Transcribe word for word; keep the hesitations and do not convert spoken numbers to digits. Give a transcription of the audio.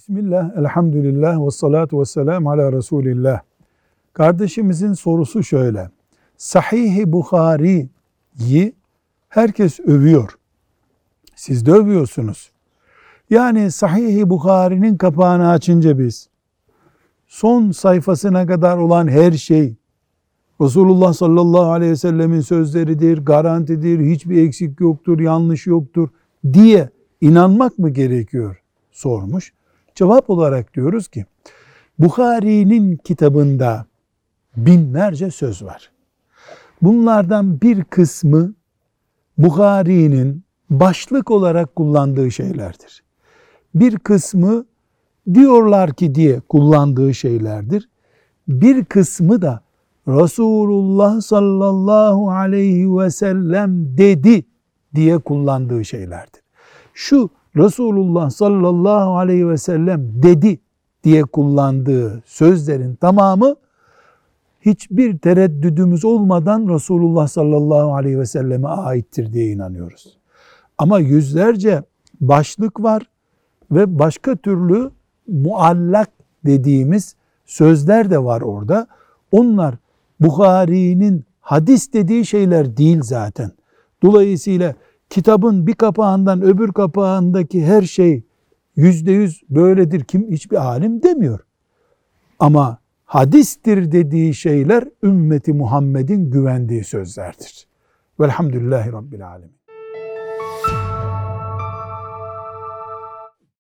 Bismillah, elhamdülillah ve salatu ve selamu ala Resulillah. Kardeşimizin sorusu şöyle. Sahih-i Buhari'yi herkes övüyor. Siz de övüyorsunuz. Yani Sahih-i Buhari'nin kapağını açınca biz, son sayfasına kadar olan her şey, Resulullah sallallahu aleyhi ve sellemin sözleridir, garantidir, hiçbir eksik yoktur, yanlış yoktur diye inanmak mı gerekiyor? Sormuş. Cevap olarak diyoruz ki, Buhari'nin kitabında binlerce söz var. Bunlardan bir kısmı Buhari'nin başlık olarak kullandığı şeylerdir. Bir kısmı diyorlar ki diye kullandığı şeylerdir. Bir kısmı da Resulullah sallallahu aleyhi ve sellem dedi diye kullandığı şeylerdir. Şu Resulullah sallallahu aleyhi ve sellem dedi diye kullandığı sözlerin tamamı hiçbir tereddüdümüz olmadan Resulullah sallallahu aleyhi ve selleme aittir diye inanıyoruz. Ama yüzlerce başlık var ve başka türlü muallak dediğimiz sözler de var orada. Onlar Buhari'nin hadis dediği şeyler değil zaten. Dolayısıyla kitabın bir kapağından öbür kapağındaki her şey yüzde yüz böyledir. Kim hiçbir alim demiyor. Ama hadistir dediği şeyler ümmeti Muhammed'in güvendiği sözlerdir. Velhamdülillahi Rabbil Alemin.